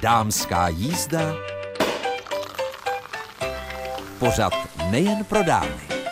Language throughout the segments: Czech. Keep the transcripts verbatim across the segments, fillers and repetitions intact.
Dámská jízda, pořad nejen pro dámy.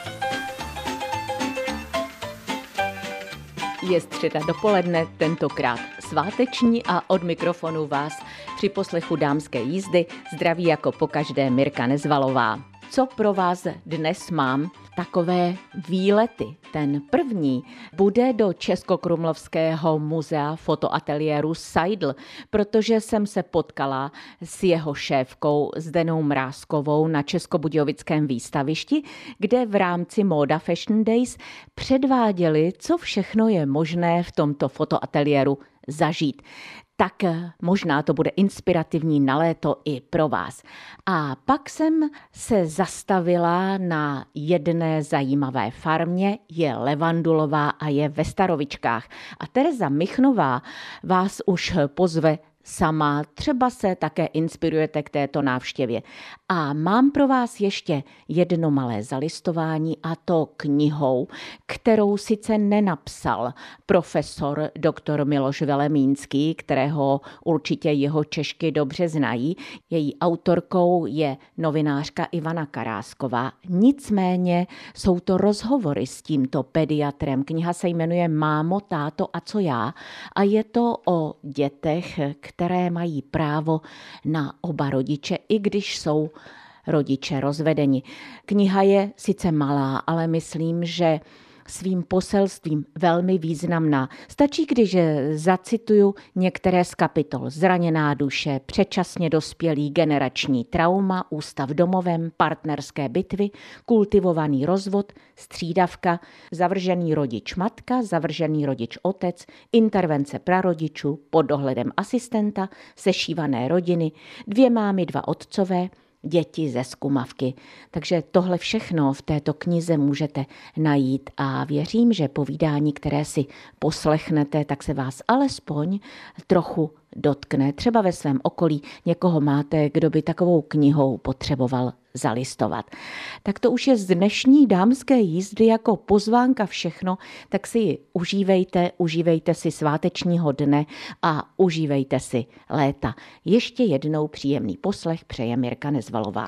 Je středa dopoledne, tentokrát sváteční a od mikrofonu vás při poslechu Dámské jízdy zdraví jako pokaždé Mirka Nezvalová. Co pro vás dnes mám? Takové výlety. Ten první bude do Českokrumlovského muzea fotoateliéru Seidl, protože jsem se potkala s jeho šéfkou Zdenou Mrázkovou na Českobudějovickém výstavišti, kde v rámci Moda Fashion Days předváděli, co všechno je možné v tomto fotoateliéru zažít. Tak možná to bude inspirativní na léto i pro vás. A pak jsem se zastavila na jedné zajímavé farmě, je levandulová a je ve Starovičkách. A Tereza Michnová vás už pozve sama, třeba se také inspirujete k této návštěvě. A mám pro vás ještě jedno malé zalistování, a to knihou, kterou sice nenapsal profesor doktor Miloš Velemínský, kterého určitě jeho Češky dobře znají. Její autorkou je novinářka Ivana Karásková. Nicméně jsou to rozhovory s tímto pediatrem. Kniha se jmenuje Mámo, táto a co já a je to o dětech, které mají právo na oba rodiče, i když jsou rodiče rozvedeni. Kniha je sice malá, ale myslím, že svým poselstvím velmi významná. Stačí, když zacituju některé z kapitol. Zraněná duše, předčasně dospělý generační trauma, ústav domovem, partnerské bitvy, kultivovaný rozvod, střídavka, zavržený rodič matka, zavržený rodič otec, intervence prarodičů pod dohledem asistenta, sešívané rodiny, dvě mámy, dva otcové, děti ze zkumavky. Takže tohle všechno v této knize můžete najít a věřím, že povídání, které si poslechnete, tak se vás alespoň trochu dotkne. Třeba ve svém okolí někoho máte, kdo by takovou knihou potřeboval zalistovat. Tak to už je z dnešní dámské jízdy jako pozvánka všechno, tak si ji užívejte, užívejte si svátečního dne a užívejte si léta. Ještě jednou příjemný poslech přeje Mirka Nezvalová.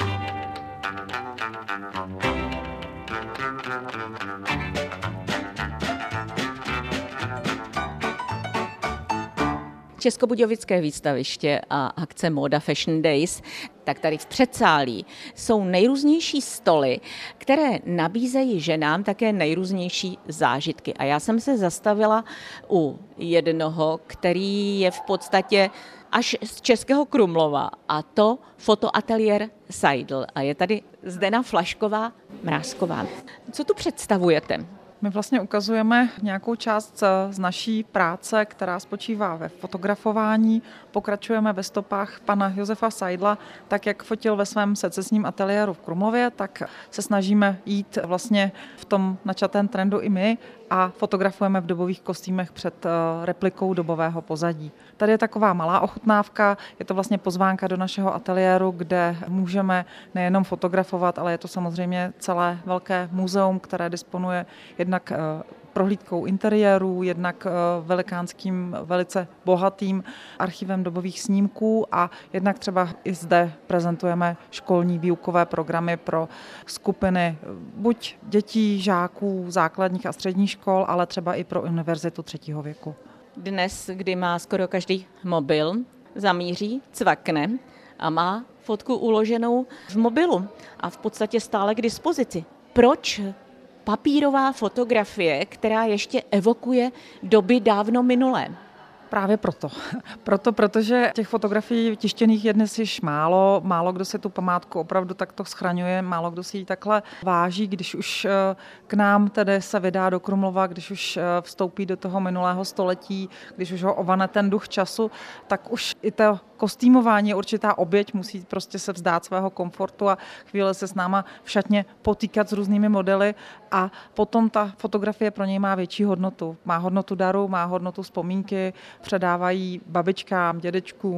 Českobudějovické výstaviště a akce Moda Fashion Days, tak tady v předsálí jsou nejrůznější stoly, které nabízejí ženám také nejrůznější zážitky. A já jsem se zastavila u jednoho, který je v podstatě až z Českého Krumlova, a to fotoateliér Seidl. A je tady Zdena Flašková Mrázková. Co tu představujete? My vlastně ukazujeme nějakou část z naší práce, která spočívá ve fotografování. Pokračujeme ve stopách pana Josefa Seidla, tak jak fotil ve svém secesním ateliéru v Krumlově, tak se snažíme jít vlastně v tom načatém trendu i my a fotografujeme v dobových kostýmech před replikou dobového pozadí. Tady je taková malá ochutnávka, je to vlastně pozvánka do našeho ateliéru, kde můžeme nejenom fotografovat, ale je to samozřejmě celé velké muzeum, které disponuje jednak prohlídkou interiérů, jednak velikánským, velice bohatým archivem dobových snímků a jednak třeba i zde prezentujeme školní výukové programy pro skupiny buď dětí, žáků, základních a středních škol, ale třeba i pro univerzitu třetího věku. Dnes, kdy má skoro každý mobil, zamíří, cvakne a má fotku uloženou v mobilu a v podstatě stále k dispozici. Proč papírová fotografie, která ještě evokuje doby dávno minulé? Právě proto. Proto, protože těch fotografií tištěných je dnes již málo, málo kdo si tu památku opravdu takto schraňuje, málo kdo si ji takhle váží, když už k nám tedy se vydá do Krumlova, když už vstoupí do toho minulého století, když už ho ovane ten duch času, tak už i to kostýmování je určitá oběť, musí prostě se vzdát svého komfortu a chvíli se s náma v šatně potýkat s různými modely a potom ta fotografie pro něj má větší hodnotu. Má hodnotu daru, má hodnotu vzpomínky, předávají babičkám, dědečkům,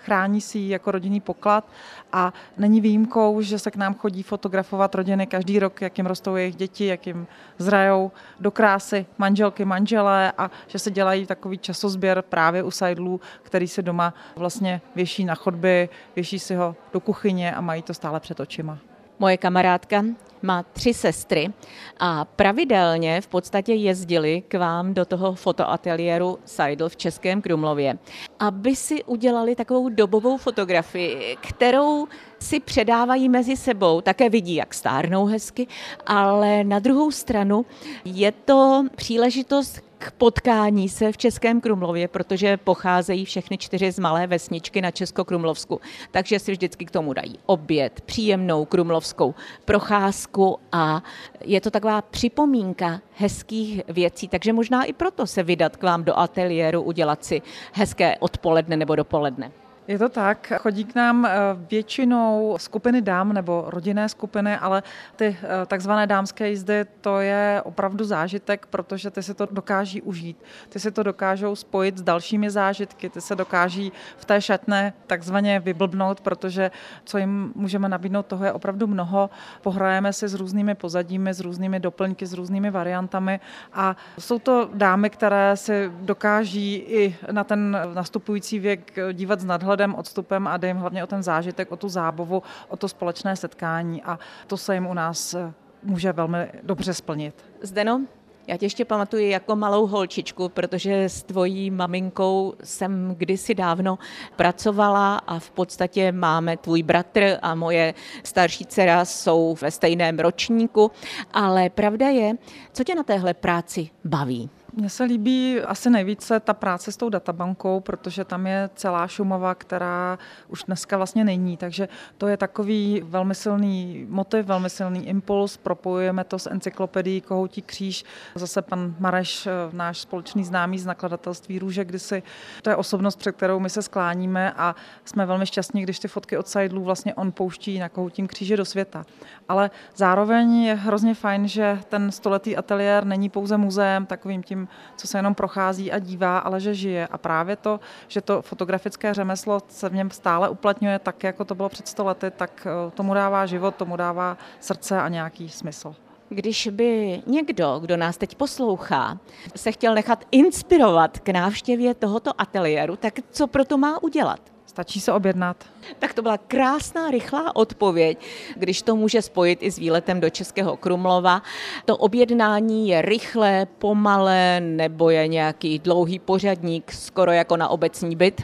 chrání si ji jako rodinný poklad a není výjimkou, že se k nám chodí fotografovat rodiny každý rok, jak jim rostou jejich děti, jak jim zrajou do krásy manželky, manželé a že se dělají takový časozběr právě u Seidlů, který se doma vlastně věší na chodby, věší si ho do kuchyně a mají to stále před očima. Moje kamarádka má tři sestry a pravidelně v podstatě jezdili k vám do toho fotoateliéru Seidl v Českém Krumlově, aby si udělali takovou dobovou fotografii, kterou si předávají mezi sebou. Také vidí, jak stárnou hezky, ale na druhou stranu je to příležitost k potkání se v Českém Krumlově, protože pocházejí všechny čtyři z malé vesničky na Českokrumlovsku. Takže si vždycky k tomu dají oběd, příjemnou krumlovskou procházku a je to taková připomínka hezkých věcí, takže možná i proto se vydat k vám do ateliéru, udělat si hezké odpoledne nebo dopoledne. Je to tak, chodí k nám většinou skupiny dám nebo rodinné skupiny, ale ty takzvané dámské jízdy, to je opravdu zážitek, protože ty si to dokáží užít. Ty si to dokážou spojit s dalšími zážitky, ty se dokáží v té šatně takzvaně vyblbnout, protože co jim můžeme nabídnout, toho je opravdu mnoho. Pohrajeme si s různými pozadími, s různými doplňky, s různými variantami a jsou to dámy, které si dokáží i na ten nastupující věk dívat s nadhledem, odstupem a jde jim hlavně o ten zážitek, o tu zábavu, o to společné setkání a to se jim u nás může velmi dobře splnit. Zdeno, já tě ještě pamatuji jako malou holčičku, protože s tvojí maminkou jsem kdysi dávno pracovala a v podstatě máme tvůj bratr a moje starší dcera jsou ve stejném ročníku, ale pravda je, co tě na téhle práci baví? Mně se líbí asi nejvíce ta práce s tou databankou, protože tam je celá Šumava, která už dneska vlastně není, takže to je takový velmi silný motiv, velmi silný impuls, propojujeme to s encyklopedií Kohoutí kříž. Zase pan Mareš, náš společný známý z nakladatelství Růže kdysi, to je osobnost, před kterou my se skláníme a jsme velmi šťastní, když ty fotky od Seidlů vlastně on pouští na Kohoutím kříži do světa. Ale zároveň je hrozně fajn, že ten stoletý ateliér není pouze muzeem, takovým tím, co se jenom prochází a dívá, ale že žije. A právě to, že to fotografické řemeslo se v něm stále uplatňuje tak, jako to bylo před sto lety, tak tomu dává život, tomu dává srdce a nějaký smysl. Když by někdo, kdo nás teď poslouchá, se chtěl nechat inspirovat k návštěvě tohoto ateliéru, tak co proto má udělat? Stačí se objednat. Tak to byla krásná, rychlá odpověď, když to může spojit i s výletem do Českého Krumlova. To objednání je rychlé, pomalé, nebo je nějaký dlouhý pořadník, skoro jako na obecní byt?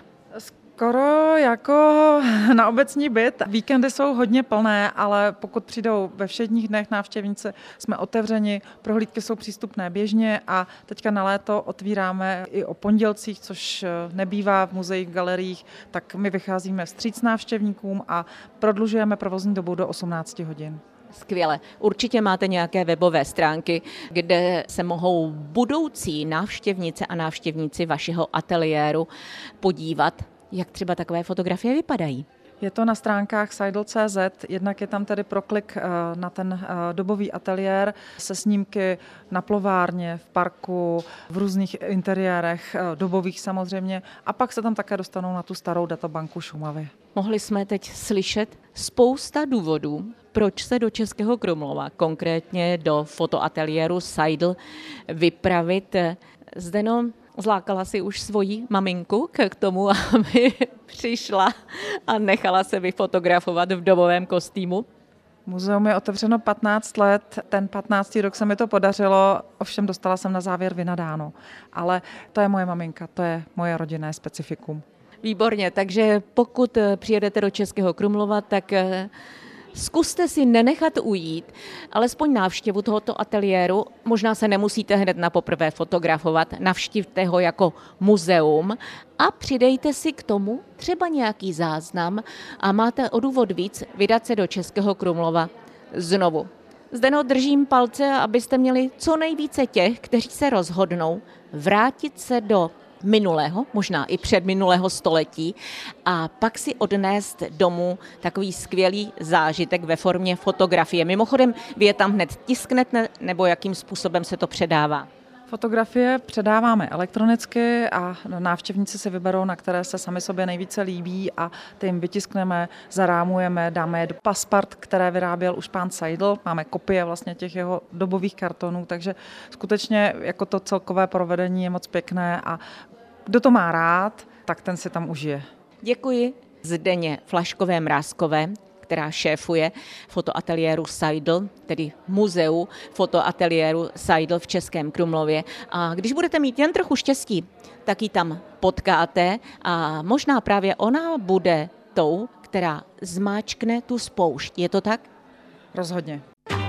Skoro jako na obecní byt. Víkendy jsou hodně plné, ale pokud přijdou ve všedních dnech návštěvníci, jsme otevřeni, prohlídky jsou přístupné běžně a teďka na léto otvíráme i o pondělcích, což nebývá v muzeích, galeriích, tak my vycházíme vstříc návštěvníkům a prodlužujeme provozní dobu do osmnáct hodin. Skvěle. Určitě máte nějaké webové stránky, kde se mohou budoucí návštěvnice a návštěvníci vašeho ateliéru podívat, jak třeba takové fotografie vypadají. Je to na stránkách seidl tečka cé zet, jednak je tam tedy proklik na ten dobový ateliér se snímky na plovárně, v parku, v různých interiérech, dobových samozřejmě, a pak se tam také dostanou na tu starou databanku Šumavy. Mohli jsme teď slyšet spousta důvodů, proč se do Českého Krumlova, konkrétně do fotoateliéru Seidl, vypravit. Zdeno, zlákala si už svoji maminku k tomu, aby přišla a nechala se vyfotografovat v dobovém kostýmu? Muzeum je otevřeno patnáct let, ten patnáctý rok se mi to podařilo, ovšem dostala jsem na závěr vynadáno. Ale to je moje maminka, to je moje rodinné specifikum. Výborně, takže pokud přijedete do Českého Krumlova, tak zkuste si nenechat ujít alespoň návštěvu tohoto ateliéru. Možná se nemusíte hned na poprvé fotografovat, navštivte ho jako muzeum a přidejte si k tomu třeba nějaký záznam a máte o důvod víc vydat se do Českého Krumlova znovu. Zdeno, držím palce, abyste měli co nejvíce těch, kteří se rozhodnou vrátit se do minulého, možná i předminulého století a pak si odnést domů takový skvělý zážitek ve formě fotografie. Mimochodem, vy je tam hned tisknete, nebo jakým způsobem se to předává? Fotografie předáváme elektronicky a návštěvníci si vyberou, na které se sami sobě nejvíce líbí a ty jim vytiskneme, zarámujeme, dáme je do paspart, které vyráběl už pán Seidl. Máme kopie vlastně těch jeho dobových kartonů, takže skutečně jako to celkové provedení je moc pěkné a kdo to má rád, tak ten si tam užije. Děkuji Zdeně Flaškové-Mrázkové, která šéfuje fotoateliéru Seidl, tedy muzeu fotoateliéru Seidl v Českém Krumlově. A když budete mít jen trochu štěstí, tak ji tam potkáte a možná právě ona bude tou, která zmáčkne tu spoušť. Je to tak? Rozhodně.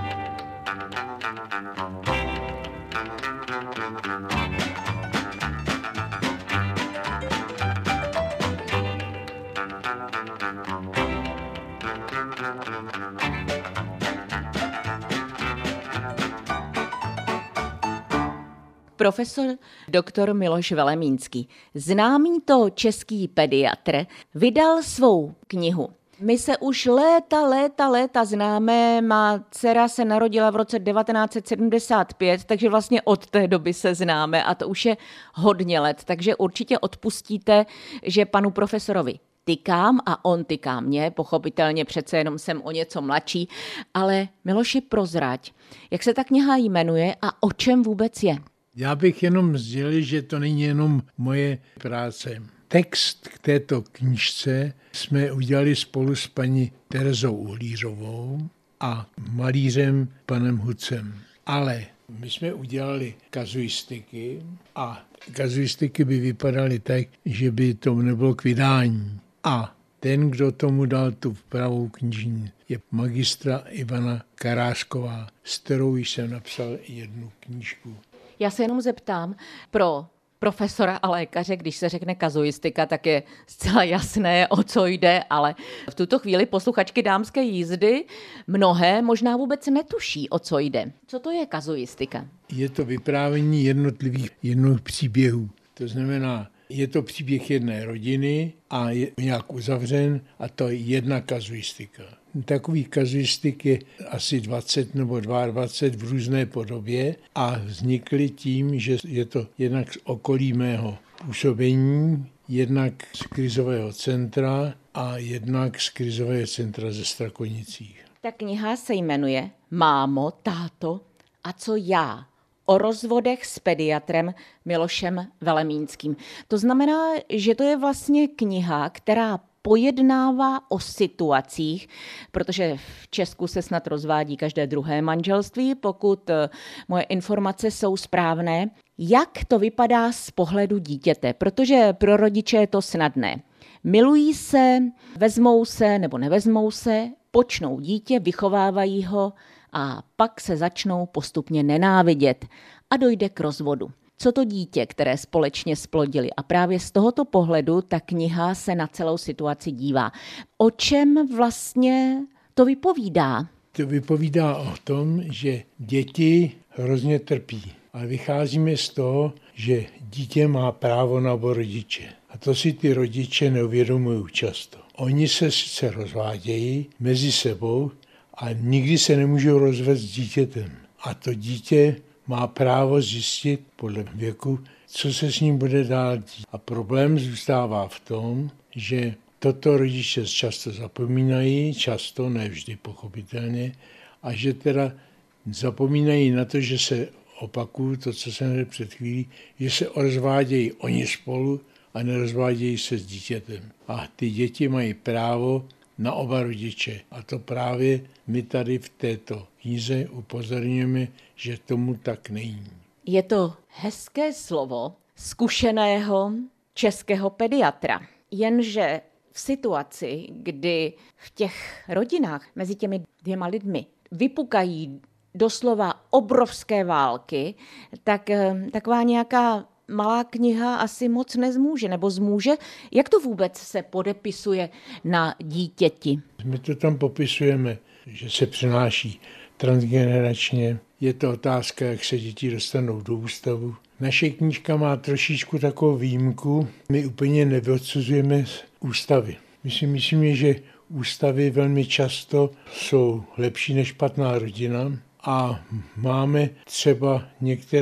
Profesor doktor Miloš Velemínský, známý to český pediatr, vydal svou knihu. My se už léta, léta, léta známe, má dcera se narodila v roce devatenáct set sedmdesát pět, takže vlastně od té doby se známe a to už je hodně let, takže určitě odpustíte, že panu profesorovi tykám a on tyká mě, pochopitelně přece jenom jsem o něco mladší, ale Miloši, prozrať, jak se ta kniha jmenuje a o čem vůbec je? Já bych jenom sdělil, že to není jenom moje práce. Text k této knížce jsme udělali spolu s paní Terezou Uhlířovou a malířem panem Hucem. Ale my jsme udělali kazuistiky a kazuistiky by vypadaly tak, že by to nebylo k vydání. A ten, kdo tomu dal tu pravou knižní, je magistra Ivana Karášková, s kterou jsem napsal jednu knížku. Já se jenom zeptám, pro profesora a lékaře, když se řekne kazuistika, tak je zcela jasné, o co jde, ale v tuto chvíli posluchačky dámské jízdy mnohé možná vůbec netuší, o co jde. Co to je kazuistika? Je to vyprávění jednotlivých jednotlivých příběhů. To znamená, je to příběh jedné rodiny a je nějak uzavřen a to je jedna kazuistika. Takových kazuistik je asi dvacet nebo dvacet dva v různé podobě a vznikly tím, že je to jednak z okolí mého působení, jednak z krizového centra a jednak z krizového centra ze Strakonicích. Ta kniha se jmenuje Mámo, táto, a co já? O rozvodech s pediatrem Milošem Velemínským. To znamená, že to je vlastně kniha, která pojednává o situacích, protože v Česku se snad rozvádí každé druhé manželství, pokud moje informace jsou správné, jak to vypadá z pohledu dítěte, protože pro rodiče je to snadné. Milují se, vezmou se nebo nevezmou se, počnou dítě, vychovávají ho a pak se začnou postupně nenávidět a dojde k rozvodu. Co to dítě, které společně splodili? A právě z tohoto pohledu ta kniha se na celou situaci dívá. O čem vlastně to vypovídá? To vypovídá o tom, že děti hrozně trpí. Ale vycházíme z toho, že dítě má právo na oba rodiče. A to si ty rodiče neuvědomují často. Oni se sice rozvádějí mezi sebou, ale nikdy se nemůžou rozvést s dítětem. A to dítě má právo zjistit podle věku, co se s ním bude dál dít. A problém zůstává v tom, že toto rodiče často zapomínají, často, ne vždy pochopitelně, a že teda zapomínají na to, že se opakuju to, co jsem řekl před chvílí, že se rozvádějí oni spolu a nerozvádějí se s dítětem. A ty děti mají právo na oba rodiče. A to právě my tady v této knize upozorňujeme, že tomu tak není. Je to hezké slovo zkušeného českého pediatra. Jenže v situaci, kdy v těch rodinách mezi těmi dvěma lidmi vypukají doslova obrovské války, tak taková nějaká malá kniha asi moc nezmůže, nebo zmůže. Jak to vůbec se podepisuje na dítěti? My to tam popisujeme, že se přenáší transgeneračně. Je to otázka, jak se děti dostanou do ústavu. Naše knížka má trošičku takovou výjimku. My úplně nevyodsuzujeme ústavy. My si myslíme, že ústavy velmi často jsou lepší než špatná rodina a máme třeba některé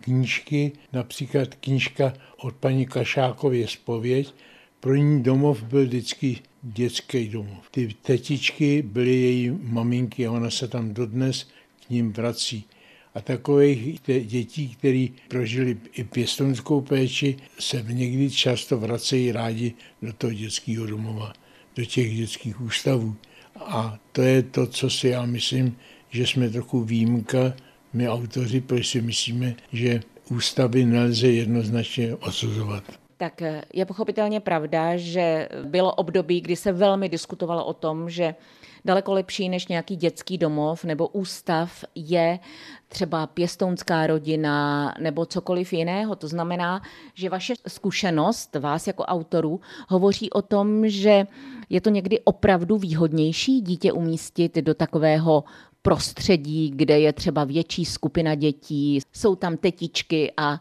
knížky, například knížka od paní Kašákově Zpověď. Pro ní domov byl vždycky dětský domov. Ty tetičky byly její maminky a ona se tam dodnes k ním vrací. A takových dětí, které prožili i pěstounskou péči, se někdy často vracejí rádi do toho dětského domova, do těch dětských ústavů. A to je to, co si já myslím, že jsme trochu výjimka, my autoři, protože si myslíme, že ústavy nelze jednoznačně odsuzovat. Tak je pochopitelně pravda, že bylo období, kdy se velmi diskutovalo o tom, že daleko lepší než nějaký dětský domov nebo ústav je třeba pěstounská rodina nebo cokoliv jiného. To znamená, že vaše zkušenost vás jako autorů hovoří o tom, že je to někdy opravdu výhodnější dítě umístit do takového prostředí, kde je třeba větší skupina dětí, jsou tam tetičky a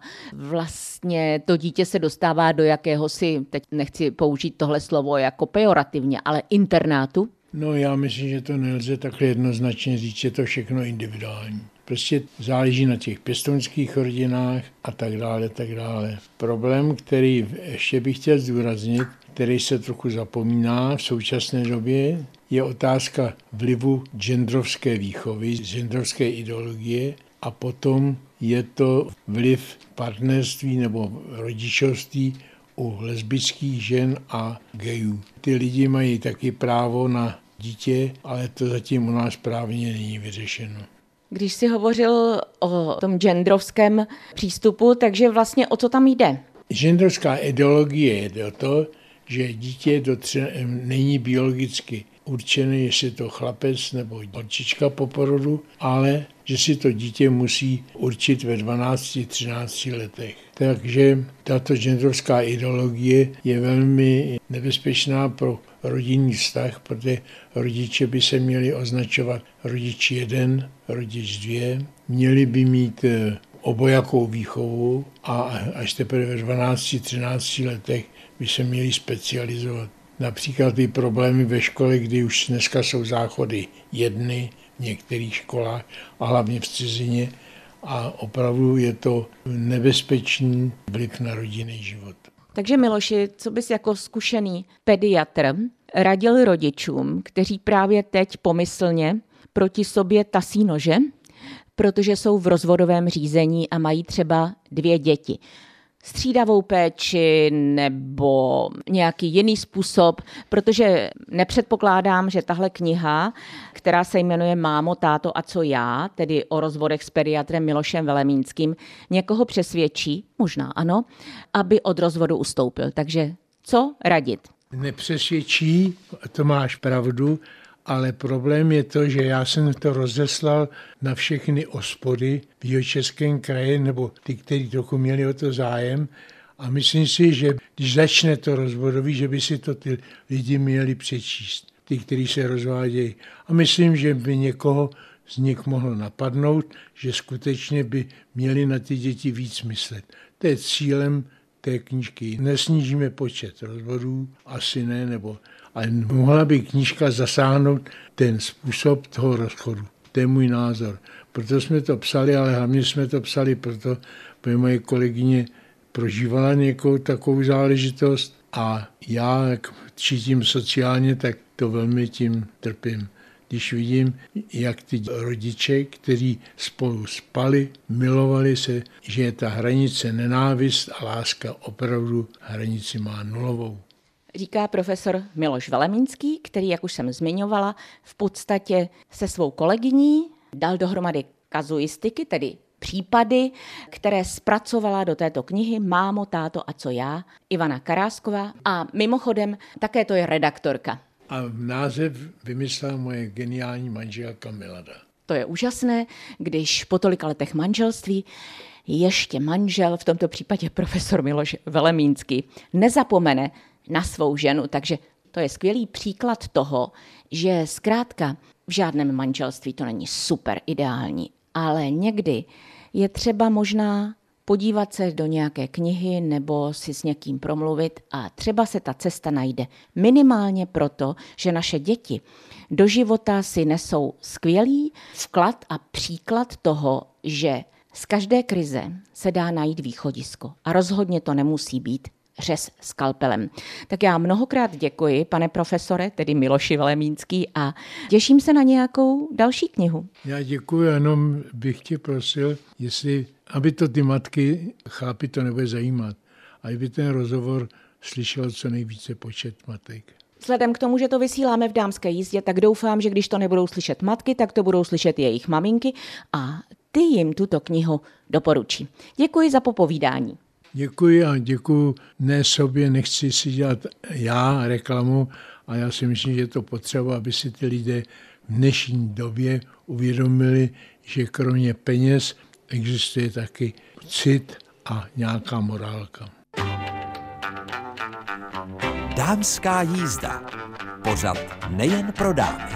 vlastně to dítě se dostává do jakéhosi, teď nechci použít tohle slovo jako pejorativně, ale internátu. No já myslím, že to nelze takhle jednoznačně říct, je to všechno individuální. Prostě záleží na těch pěstounských rodinách a tak dále, tak dále. Problém, který ještě bych chtěl zdůraznit, který se trochu zapomíná v současné době, je otázka vlivu genderovské výchovy, genderovské ideologie a potom je to vliv partnerství nebo rodičovství u lesbických žen a gayů. Ty lidi mají taky právo na dítě, ale to zatím u nás právně není vyřešeno. Když jsi hovořil o tom genderovském přístupu, takže vlastně o co tam jde? Genderovská ideologie je o to, že dítě do tři, není biologicky určené, jestli je to chlapec nebo holčička po porodu, ale že si to dítě musí určit ve dvanácti třinácti letech. Takže tato genderovská ideologie je velmi nebezpečná pro rodinný vztah, protože rodiče by se měli označovat rodič jeden, rodič dvě, měli by mít obojakou výchovu a až teprve ve dvanácti třinácti letech by se měli specializovat. Například ty problémy ve škole, kdy už dneska jsou záchody jedny v některých školách a hlavně v cizině a opravdu je to nebezpečný vliv na rodinný život. Takže Miloši, co bys jako zkušený pediatr radil rodičům, kteří právě teď pomyslně proti sobě tasí nože, protože jsou v rozvodovém řízení a mají třeba dvě děti? Střídavou péči nebo nějaký jiný způsob, protože nepředpokládám, že tahle kniha, která se jmenuje Mámo, táto a co já, tedy o rozvodech s pediatrem Milošem Velemínským, někoho přesvědčí, možná ano, aby od rozvodu ustoupil. Takže co radit? Nepřesvědčí, to máš pravdu, ale problém je to, že já jsem to rozeslal na všechny ospody v Jihočeském kraji, nebo ty, kteří trochu měli o to zájem. A myslím si, že když začne to rozvodový, že by si to ty lidi měli přečíst, ty, kteří se rozvádějí. A myslím, že by někoho z nich mohlo napadnout, že skutečně by měli na ty děti víc myslet. To je cílem té knížky. Nesnížíme počet rozvodů, asi ne, nebo ale mohla by knížka zasáhnout ten způsob toho rozchodu. To je můj názor. Proto jsme to psali, ale hlavně jsme to psali proto, protože moje kolegyně prožívala nějakou takovou záležitost a já, jak cítím sociálně, tak to velmi tím trpím. Když vidím, jak ty rodiče, kteří spolu spali, milovali se, že je ta hranice nenávist a láska opravdu hranici má nulovou. Říká profesor Miloš Velemínský, který, jak už jsem zmiňovala, v podstatě se svou kolegyní dal dohromady kazuistiky, tedy případy, které zpracovala do této knihy Mámo, táto a co já, Ivana Karásková. A mimochodem také to je redaktorka. A název vymyslela moje geniální manželka Milada. To je úžasné, když po tolika letech manželství ještě manžel, v tomto případě profesor Miloš Velemínský, nezapomene na svou ženu, takže to je skvělý příklad toho, že zkrátka v žádném manželství to není super ideální, ale někdy je třeba možná podívat se do nějaké knihy nebo si s někým promluvit a třeba se ta cesta najde. Minimálně proto, že naše děti do života si nesou skvělý vklad a příklad toho, že Z každé krize se dá najít východisko a rozhodně to nemusí být řez skalpelem. Tak já mnohokrát děkuji, pane profesore, tedy Miloši Velemínský, a těším se na nějakou další knihu. Já děkuji, jenom bych tě prosil, jestli, aby to ty matky, chlapi to nebude zajímat, aby ten rozhovor slyšel co nejvíce počet matek. Vzhledem k tomu, že to vysíláme v Dámské jízdě, tak doufám, že když to nebudou slyšet matky, tak to budou slyšet jejich maminky a ty jim tuto knihu doporučí. Děkuji za popovídání. Děkuji a děkuji ne sobě, nechci si dělat já reklamu, a já si myslím, že je to potřeba, aby si ty lidé v dnešní době uvědomili, že kromě peněz existuje taky cit a nějaká morálka. Dámská jízda. Pořad nejen pro dámy.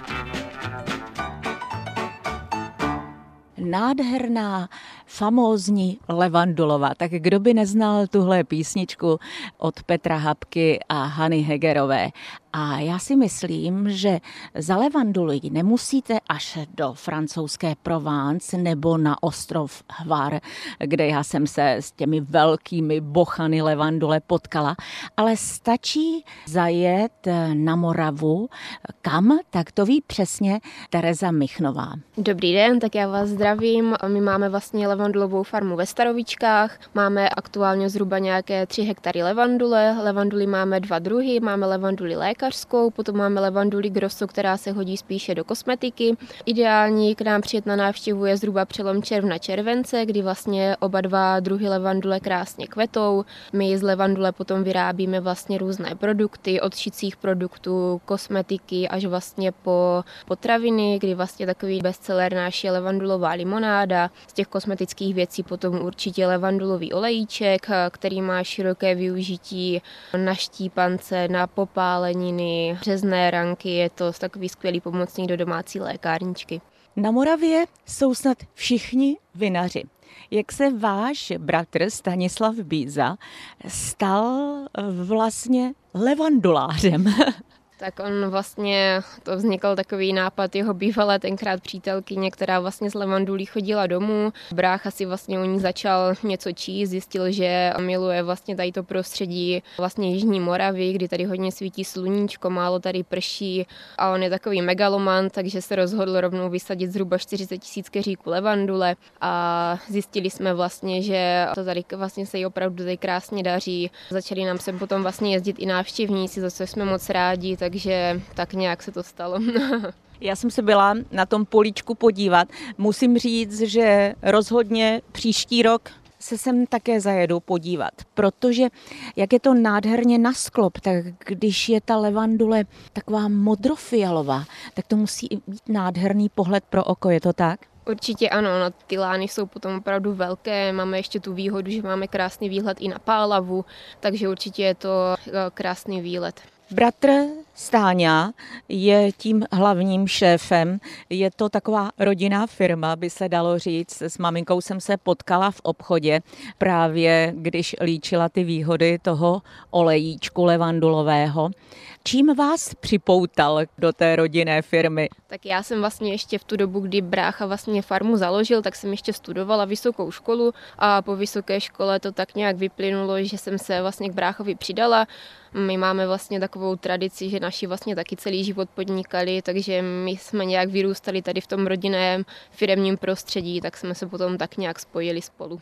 Nádherná, famózní Levandulova. Tak kdo by neznal tuhle písničku od Petra Habky a Hany Hegerové? A já si myslím, že za levanduli nemusíte až do francouzské Provence nebo na ostrov Hvar, kde já jsem se s těmi velkými bochany levandule potkala, ale stačí zajet na Moravu. Kam? Tak to ví přesně Tereza Michnová. Dobrý den, tak já vás zdravím. My máme vlastně levandulovou farmu ve Starovičkách. Máme aktuálně zhruba nějaké tři hektary levandule. Levanduly máme dva druhy. Máme levanduli lékařskou, potom máme levanduli grosso, která se hodí spíše do kosmetiky. Ideální k nám přijet na návštěvu je zhruba přelom června července, kdy vlastně oba dva druhy levandule krásně kvetou. My z levandule potom vyrábíme vlastně různé produkty, od šicích produktů, kosmetiky až vlastně po potraviny, kdy vlastně takový bestseller náš je levandulová limonáda. Z těch kosmetických věcí potom určitě levandulový olejček, který má široké využití na štípance, na popáleniny, řezné ranky. Je to takový skvělý pomocník do domácí lékárničky. Na Moravě jsou snad všichni vinaři. Jak se váš bratr Stanislav Bíza stal vlastně levandulářem? Tak on vlastně, to vznikl takový nápad jeho bývalé tenkrát přítelkyně, která vlastně z levandulí chodila domů. Brácha si vlastně u ní začal něco číst, zjistil, že miluje vlastně tady to prostředí vlastně Jižní Moravy, kdy tady hodně svítí sluníčko, málo tady prší a on je takový megaloman, takže se rozhodl rovnou vysadit zhruba čtyřicet tisíc keříků levandule a zjistili jsme vlastně, že to tady vlastně se jí opravdu tady krásně daří. Začali nám sem potom vlastně jezdit i návštěvníci, za co jsme moc rádi, takže tak nějak se to stalo. Já jsem se byla na tom políčku podívat. Musím říct, že rozhodně příští rok se sem také zajedu podívat, protože jak je to nádherně na sklop, tak když je ta levandule taková modrofialová, tak to musí být nádherný pohled pro oko, je to tak? Určitě ano, no, ty lány jsou potom opravdu velké, máme ještě tu výhodu, že máme krásný výhled i na Pálavu, takže určitě je to krásný výlet. Bratr Stáňa je tím hlavním šéfem, je to taková rodinná firma, by se dalo říct. S maminkou jsem se potkala v obchodě právě, když líčila ty výhody toho olejíčku levandulového. Čím vás připoutal do té rodinné firmy? Tak já jsem vlastně ještě v tu dobu, kdy brácha vlastně farmu založil, tak jsem ještě studovala vysokou školu a po vysoké škole to tak nějak vyplynulo, že jsem se vlastně k bráchovi přidala. My máme vlastně takovou tradici, že naši vlastně taky celý život podnikali, takže my jsme nějak vyrůstali tady v tom rodinném firemním prostředí, tak jsme se potom tak nějak spojili spolu.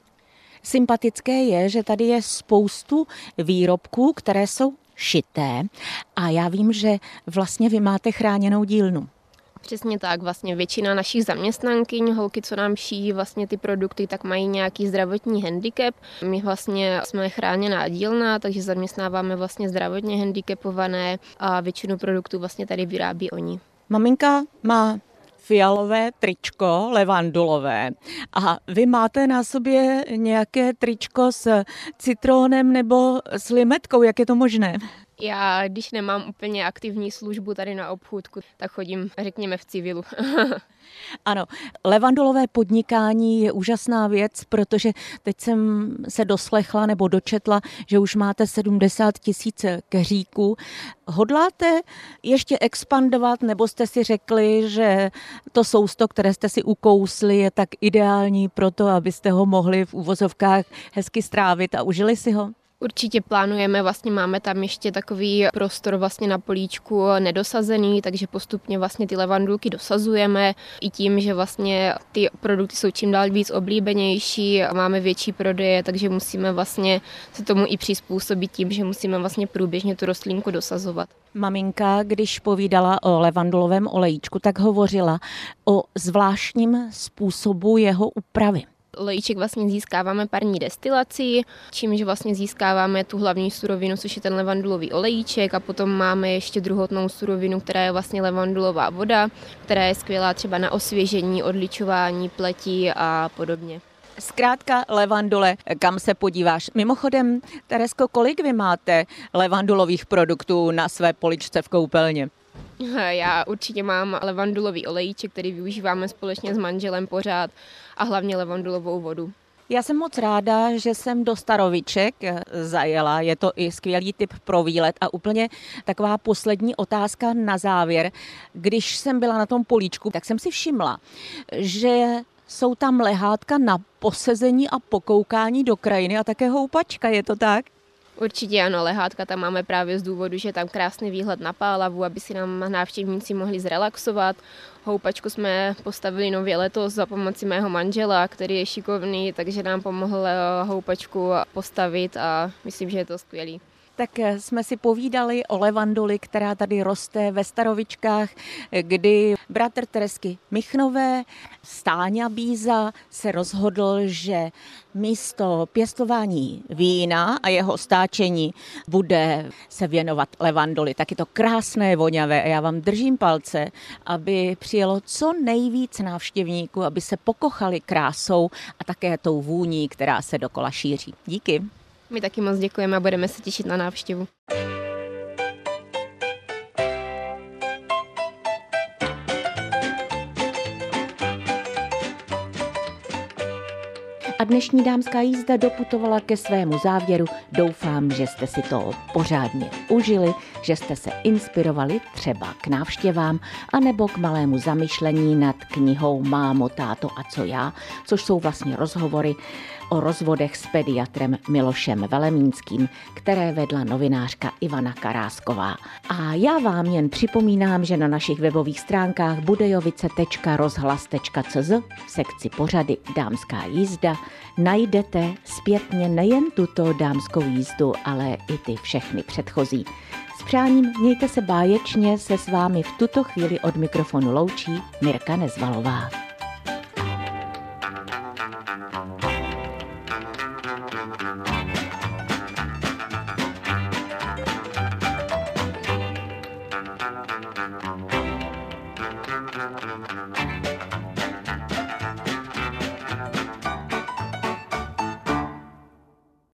Sympatické je, že tady je spoustu výrobků, které jsou šité a já vím, že vlastně vy máte chráněnou dílnu. Přesně tak, vlastně většina našich zaměstnankyň, holky, co nám šijí vlastně ty produkty, tak mají nějaký zdravotní handicap. My vlastně jsme chráněná dílna, takže zaměstnáváme vlastně zdravotně handicapované a většinu produktů vlastně tady vyrábí oni. Maminka má fialové tričko levandulové a vy máte na sobě nějaké tričko s citrónem nebo s limetkou, jak je to možné? Já, když nemám úplně aktivní službu tady na obchůdku, tak chodím, řekněme, v civilu. Ano, levandulové podnikání je úžasná věc, protože teď jsem se doslechla nebo dočetla, že už máte sedmdesát tisíc keříků. Hodláte ještě expandovat, nebo jste si řekli, že to sousto, které jste si ukousli, je tak ideální pro to, abyste ho mohli v uvozovkách hezky strávit a užili si ho? Určitě plánujeme, vlastně máme tam ještě takový prostor vlastně na políčku nedosazený, takže postupně vlastně ty levandulky dosazujeme i tím, že vlastně ty produkty jsou čím dál víc oblíbenější, máme větší prodeje, takže musíme vlastně se tomu i přizpůsobit tím, že musíme vlastně průběžně tu rostlínku dosazovat. Maminka, když povídala o levandulovém olejčku, tak hovořila o zvláštním způsobu jeho úpravy. Olejček vlastně získáváme parní destilací, čímž vlastně získáváme tu hlavní surovinu, což je ten levandulový olejček, a potom máme ještě druhotnou surovinu, která je vlastně levandulová voda, která je skvělá třeba na osvěžení, odličování pleti a podobně. Zkrátka levandule, kam se podíváš. Mimochodem, Teresko, kolik vy máte levandulových produktů na své poličce v koupelně? Já určitě mám levandulový olejček, který využíváme společně s manželem pořád, a hlavně levandulovou vodu. Já jsem moc ráda, že jsem do Staroviček zajela. Je to i skvělý tip pro výlet. A úplně taková poslední otázka na závěr. Když jsem byla na tom políčku, tak jsem si všimla, že jsou tam lehátka na posezení a pokoukání do krajiny a také houpačka. Je to tak? Určitě ano, lehátka tam máme právě z důvodu, že je tam krásný výhled na Pálavu, aby si nám návštěvníci mohli zrelaxovat. Houpačku jsme postavili nově letos za pomoci mého manžela, který je šikovný, takže nám pomohl houpačku postavit a myslím, že je to skvělý. Tak jsme si povídali o levanduli, která tady roste ve Starovičkách, kdy bratr Teresky Michnové, Stáňa Bíza, se rozhodl, že místo pěstování vína a jeho stáčení bude se věnovat levanduli. Tak je to krásné, voňavé a já vám držím palce, aby přijelo co nejvíc návštěvníků, aby se pokochali krásou a také tou vůní, která se dokola šíří. Díky. My taky moc děkujeme a budeme se těšit na návštěvu. A dnešní dámská jízda doputovala ke svému závěru. Doufám, že jste si to pořádně užili, že jste se inspirovali třeba k návštěvám anebo k malému zamyšlení nad knihou Mámo, táto a co já, což jsou vlastně rozhovory o rozvodech s pediatrem Milošem Velemínským, které vedla novinářka Ivana Karásková. A já vám jen připomínám, že na našich webových stránkách budejovice tečka rozhlas tečka cz v sekci pořady Dámská jízda najdete zpětně nejen tuto dámskou jízdu, ale i ty všechny předchozí. S přáním mějte se báječně, se s vámi v tuto chvíli od mikrofonu loučí Mirka Nezvalová.